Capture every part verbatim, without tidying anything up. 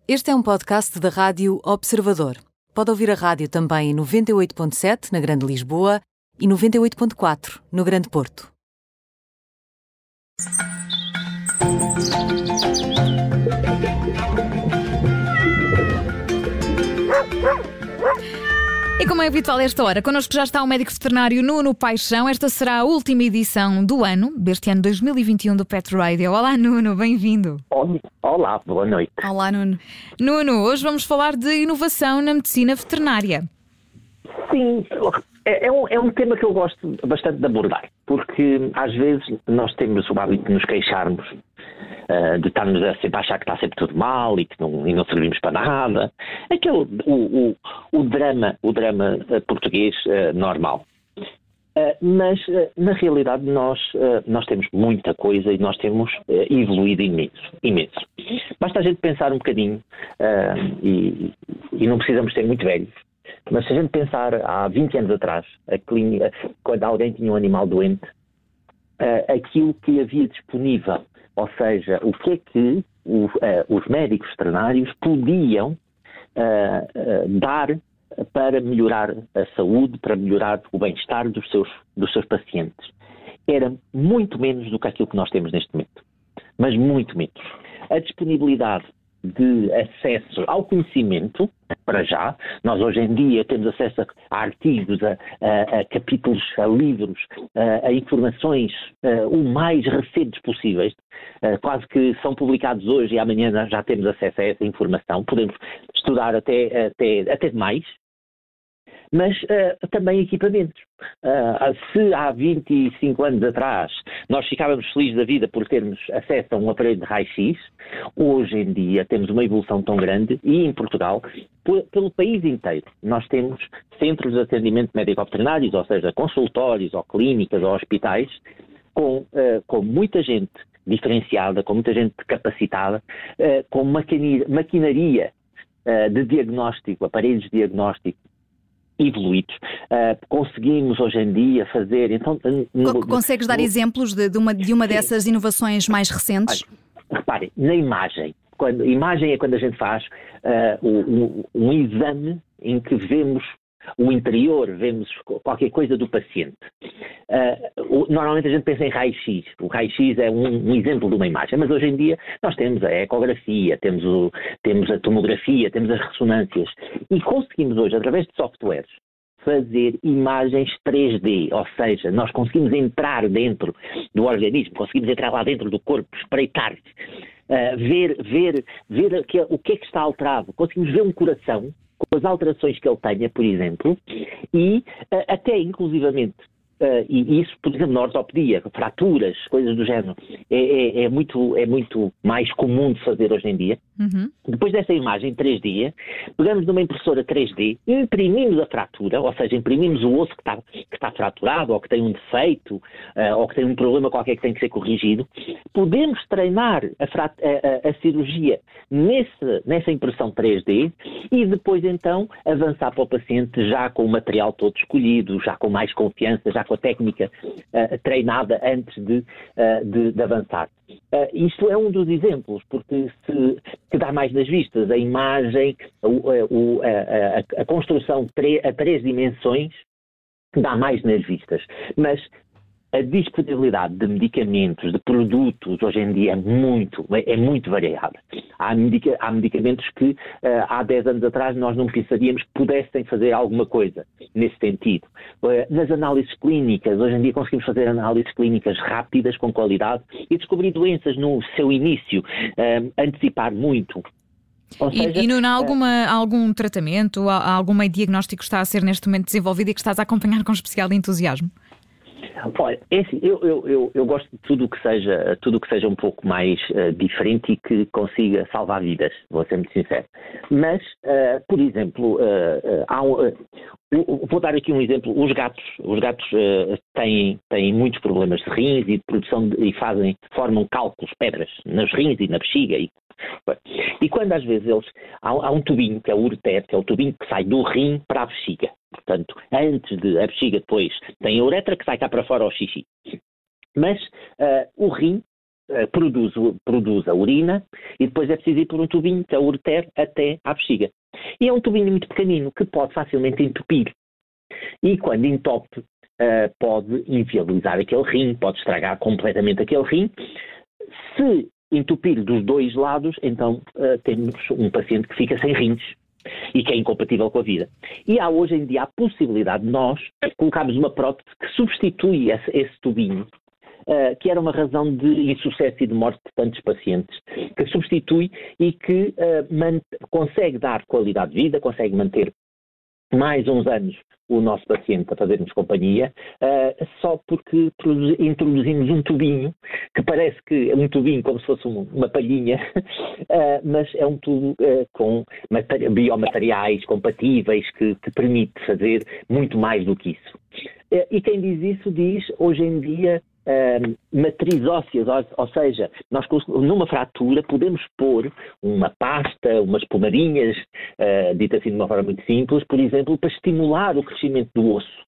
Este é um podcast da Rádio Observador. Pode ouvir a rádio também em noventa e oito ponto sete na Grande Lisboa e noventa e oito ponto quatro no Grande Porto. E como é habitual a esta hora, connosco já está o médico veterinário Nuno Paixão. Esta será a última edição do ano, deste ano dois mil e vinte e um do Pet Radio. Olá Nuno, bem-vindo. Olá, boa noite. Olá Nuno. Nuno, hoje vamos falar de inovação na medicina veterinária. Sim, é, é, um, é um tema que eu gosto bastante de abordar, porque às vezes nós temos o hábito de nos queixarmos, uh, de estarmos a sempre a achar que está sempre tudo mal e que não, e não servimos para nada. Aquele, o, o, o drama, o drama uh, português uh, normal. Uh, mas, uh, na realidade, nós, uh, nós temos muita coisa e nós temos uh, evoluído imenso, imenso. Basta a gente pensar um bocadinho, uh, e, e não precisamos ser muito velhos, mas se a gente pensar há vinte anos atrás, a clínica, quando alguém tinha um animal doente, uh, aquilo que havia disponível, ou seja, o que é que o, uh, os médicos veterinários podiam uh, uh, dar para melhorar a saúde, para melhorar o bem-estar dos seus, dos seus pacientes. Era muito menos do que aquilo que nós temos neste momento, mas muito menos. A disponibilidade de acesso ao conhecimento, para já, nós hoje em dia temos acesso a artigos, a, a, a capítulos, a livros, a, a informações a, o mais recentes possíveis, a, quase que são publicados hoje e amanhã já temos acesso a essa informação, podemos estudar até, até, até demais. Mas uh, também equipamentos. Uh, se há vinte e cinco anos atrás nós ficávamos felizes da vida por termos acesso a um aparelho de raio-x, hoje em dia temos uma evolução tão grande e em Portugal, por, pelo país inteiro, nós temos centros de atendimento médico-veterinários, ou seja, consultórios, ou clínicas, ou hospitais, com, uh, com muita gente diferenciada, com muita gente capacitada, uh, com maquinaria, maquinaria uh, de diagnóstico, aparelhos de diagnóstico evoluídos. Uh, conseguimos hoje em dia fazer... Então, no, Consegues dar no, exemplos de, de, uma, de uma dessas inovações mais recentes? Reparem, na imagem. Quando, imagem é quando a gente faz uh, um, um exame em que vemos o interior, vemos qualquer coisa do paciente. Uh, o, normalmente a gente pensa em raio-x. O raio-x é um, um exemplo de uma imagem, mas hoje em dia nós temos a ecografia, temos, o, temos a tomografia, temos as ressonâncias e conseguimos hoje, através de softwares, fazer imagens três D, ou seja, nós conseguimos entrar dentro do organismo, conseguimos entrar lá dentro do corpo, espreitar, uh, ver, ver, ver que, o que é que está alterado, conseguimos ver um coração, com as alterações que ele tenha, por exemplo, e uh, até inclusivamente, uh, e isso, por exemplo, na ortopedia, fraturas, coisas do género, é, é, é, muito, é muito mais comum de fazer hoje em dia. Uhum. Depois dessa imagem três D, pegamos numa impressora três D, imprimimos a fratura, ou seja, imprimimos o osso que está, que está fraturado, ou que tem um defeito, uh, ou que tem um problema qualquer que tem que ser corrigido. Podemos treinar a, frat- a, a, a cirurgia nesse, nessa impressão três D e depois então avançar para o paciente já com o material todo escolhido, já com mais confiança, já com a técnica uh, treinada antes de, uh, de, de avançar. Uh, isto é um dos exemplos, porque se que dá mais nas vistas, a imagem, o, o, a, a, a construção a três dimensões dá mais nas vistas. Mas a disponibilidade de medicamentos, de produtos, hoje em dia é muito, é muito variada. Há, medica, há medicamentos que uh, há dez anos atrás nós não pensaríamos que pudessem fazer alguma coisa nesse sentido. Uh, nas análises clínicas, hoje em dia conseguimos fazer análises clínicas rápidas, com qualidade, e descobrir doenças no seu início, uh, antecipar muito. Ou seja, e, e Nuno, há alguma, algum tratamento, há algum meio diagnóstico que está a ser neste momento desenvolvido e que estás a acompanhar com especial entusiasmo? Olha, é assim, eu, eu, eu, eu gosto de tudo o que seja, tudo o que seja um pouco mais uh, diferente e que consiga salvar vidas, vou ser muito sincero. Mas, uh, por exemplo, uh, uh, há um, uh, vou dar aqui um exemplo, os gatos, os gatos uh, têm, têm muitos problemas de rins e de produção de, e fazem, formam cálculos, pedras, nos rins e na bexiga e E quando às vezes eles, há, há um tubinho que é o ureter, que é o tubinho que sai do rim para a bexiga. Portanto, antes de a bexiga depois tem a uretra que sai cá para fora ao xixi. Mas uh, o rim uh, produz, produz a urina e depois é preciso ir por um tubinho, que é o ureter, até à bexiga. E é um tubinho muito pequenino que pode facilmente entupir. E quando entope, uh, pode inviabilizar aquele rim, pode estragar completamente aquele rim. Se entupir dos dois lados, então uh, temos um paciente que fica sem rins e que é incompatível com a vida. E há hoje em dia a possibilidade de nós colocarmos uma prótese que substitui esse, esse tubinho, uh, que era uma razão de insucesso e de morte de tantos pacientes, que substitui e que uh, man- consegue dar qualidade de vida, consegue manter mais uns anos o nosso paciente a fazer-nos companhia, uh, só porque introduzimos um tubinho, que parece que é um tubinho como se fosse um, uma palhinha, uh, mas é um tubo uh, com mater- biomateriais compatíveis que, que permite fazer muito mais do que isso. Uh, e quem diz isso diz, hoje em dia, Uh, matriz ósseas, ou, ou seja, nós numa fratura podemos pôr uma pasta, umas pomadinhas, uh, dito assim de uma forma muito simples, por exemplo, para estimular o crescimento do osso.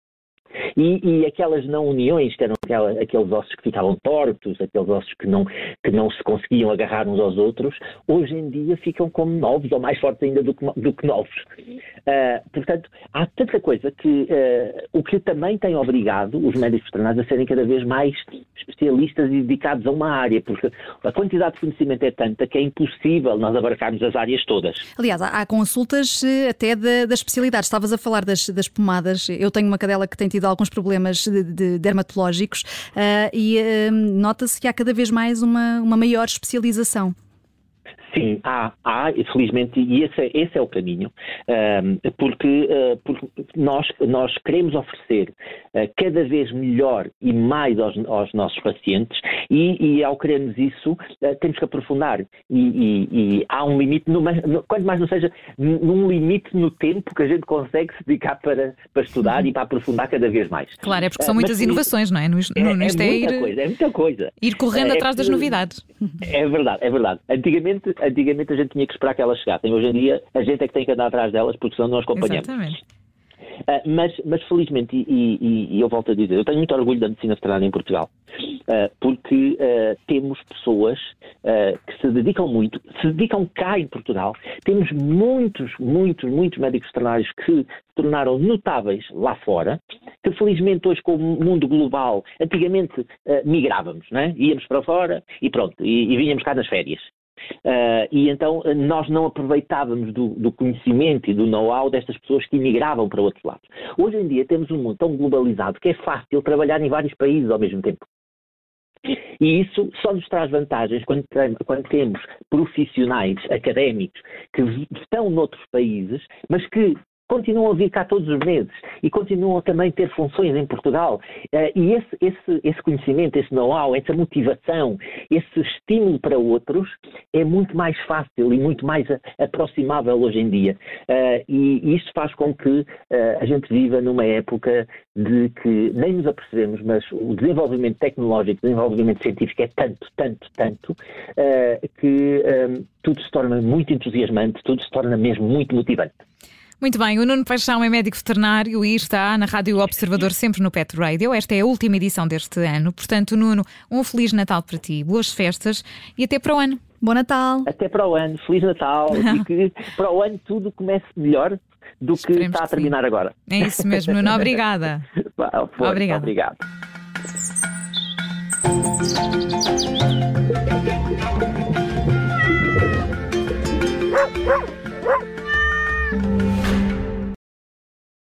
E, e aquelas não uniões, que eram aquela, aqueles ossos que ficavam tortos, aqueles ossos que não, que não se conseguiam agarrar uns aos outros, hoje em dia ficam como novos, ou mais fortes ainda do que, do que novos. Uh, portanto, há tanta coisa que, uh, o que também tem obrigado os médicos veterinários a serem cada vez mais especialistas e dedicados a uma área, porque a quantidade de conhecimento é tanta que é impossível nós abarcarmos as áreas todas. Aliás, há, há consultas até da, da especialidade. Estavas a falar das, das pomadas. Eu tenho uma cadela que tem tido alguns problemas de, de dermatológicos uh, e uh, nota-se que há cada vez mais uma, uma maior especialização. Sim, há, há, felizmente, e esse é, esse é o caminho, um, porque, uh, porque nós, nós queremos oferecer uh, cada vez melhor e mais aos, aos nossos pacientes e, e ao querermos isso, uh, temos que aprofundar. E, e, e há um limite, numa, no, quanto mais não seja, num limite no tempo que a gente consegue se dedicar para, para estudar e para aprofundar cada vez mais. Claro, é porque são uh, muitas inovações, não é? No, no, é, no, é, isto muita é ir, coisa, é muita coisa. Ir correndo é, atrás é, das novidades. É verdade, é verdade. Antigamente, antigamente a gente tinha que esperar que elas chegassem. Hoje em dia a gente é que tem que andar atrás delas porque senão não as acompanhamos. Exatamente. Uh, mas, mas felizmente, e, e, e eu volto a dizer, eu tenho muito orgulho da medicina veterinária em Portugal, uh, porque uh, temos pessoas uh, que se dedicam muito, se dedicam cá em Portugal. Temos muitos, muitos, muitos médicos veterinários que se tornaram notáveis lá fora, que felizmente hoje com o mundo global, antigamente uh, migrávamos, né? Íamos para fora e pronto, e, e vinhamos cá nas férias. Uh, e então nós não aproveitávamos do, do conhecimento e do know-how destas pessoas que emigravam para outros lados. Hoje em dia temos um mundo tão globalizado que é fácil trabalhar em vários países ao mesmo tempo. E isso só nos traz vantagens quando, quando temos profissionais académicos que estão noutros países, mas que continuam a vir cá todos os meses e continuam também a ter funções em Portugal. Uh, e esse, esse, esse conhecimento, esse know-how, essa motivação, esse estímulo para outros é muito mais fácil e muito mais a, aproximável hoje em dia. Uh, e, e isso faz com que uh, a gente viva numa época de que nem nos apercebemos, mas o desenvolvimento tecnológico, o desenvolvimento científico é tanto, tanto, tanto, uh, que um, tudo se torna muito entusiasmante, tudo se torna mesmo muito motivante. Muito bem, o Nuno Paixão é médico veterinário e está na Rádio Observador sempre no Pet Radio. Esta é a última edição deste ano. Portanto, Nuno, um Feliz Natal para ti, boas festas e até para o ano. Bom Natal! Até para o ano, Feliz Natal e que para o ano tudo comece melhor do que Esperemos está a que terminar sim. agora. É isso mesmo, Nuno. Obrigada. Foi, Obrigada. Obrigado. Thank you.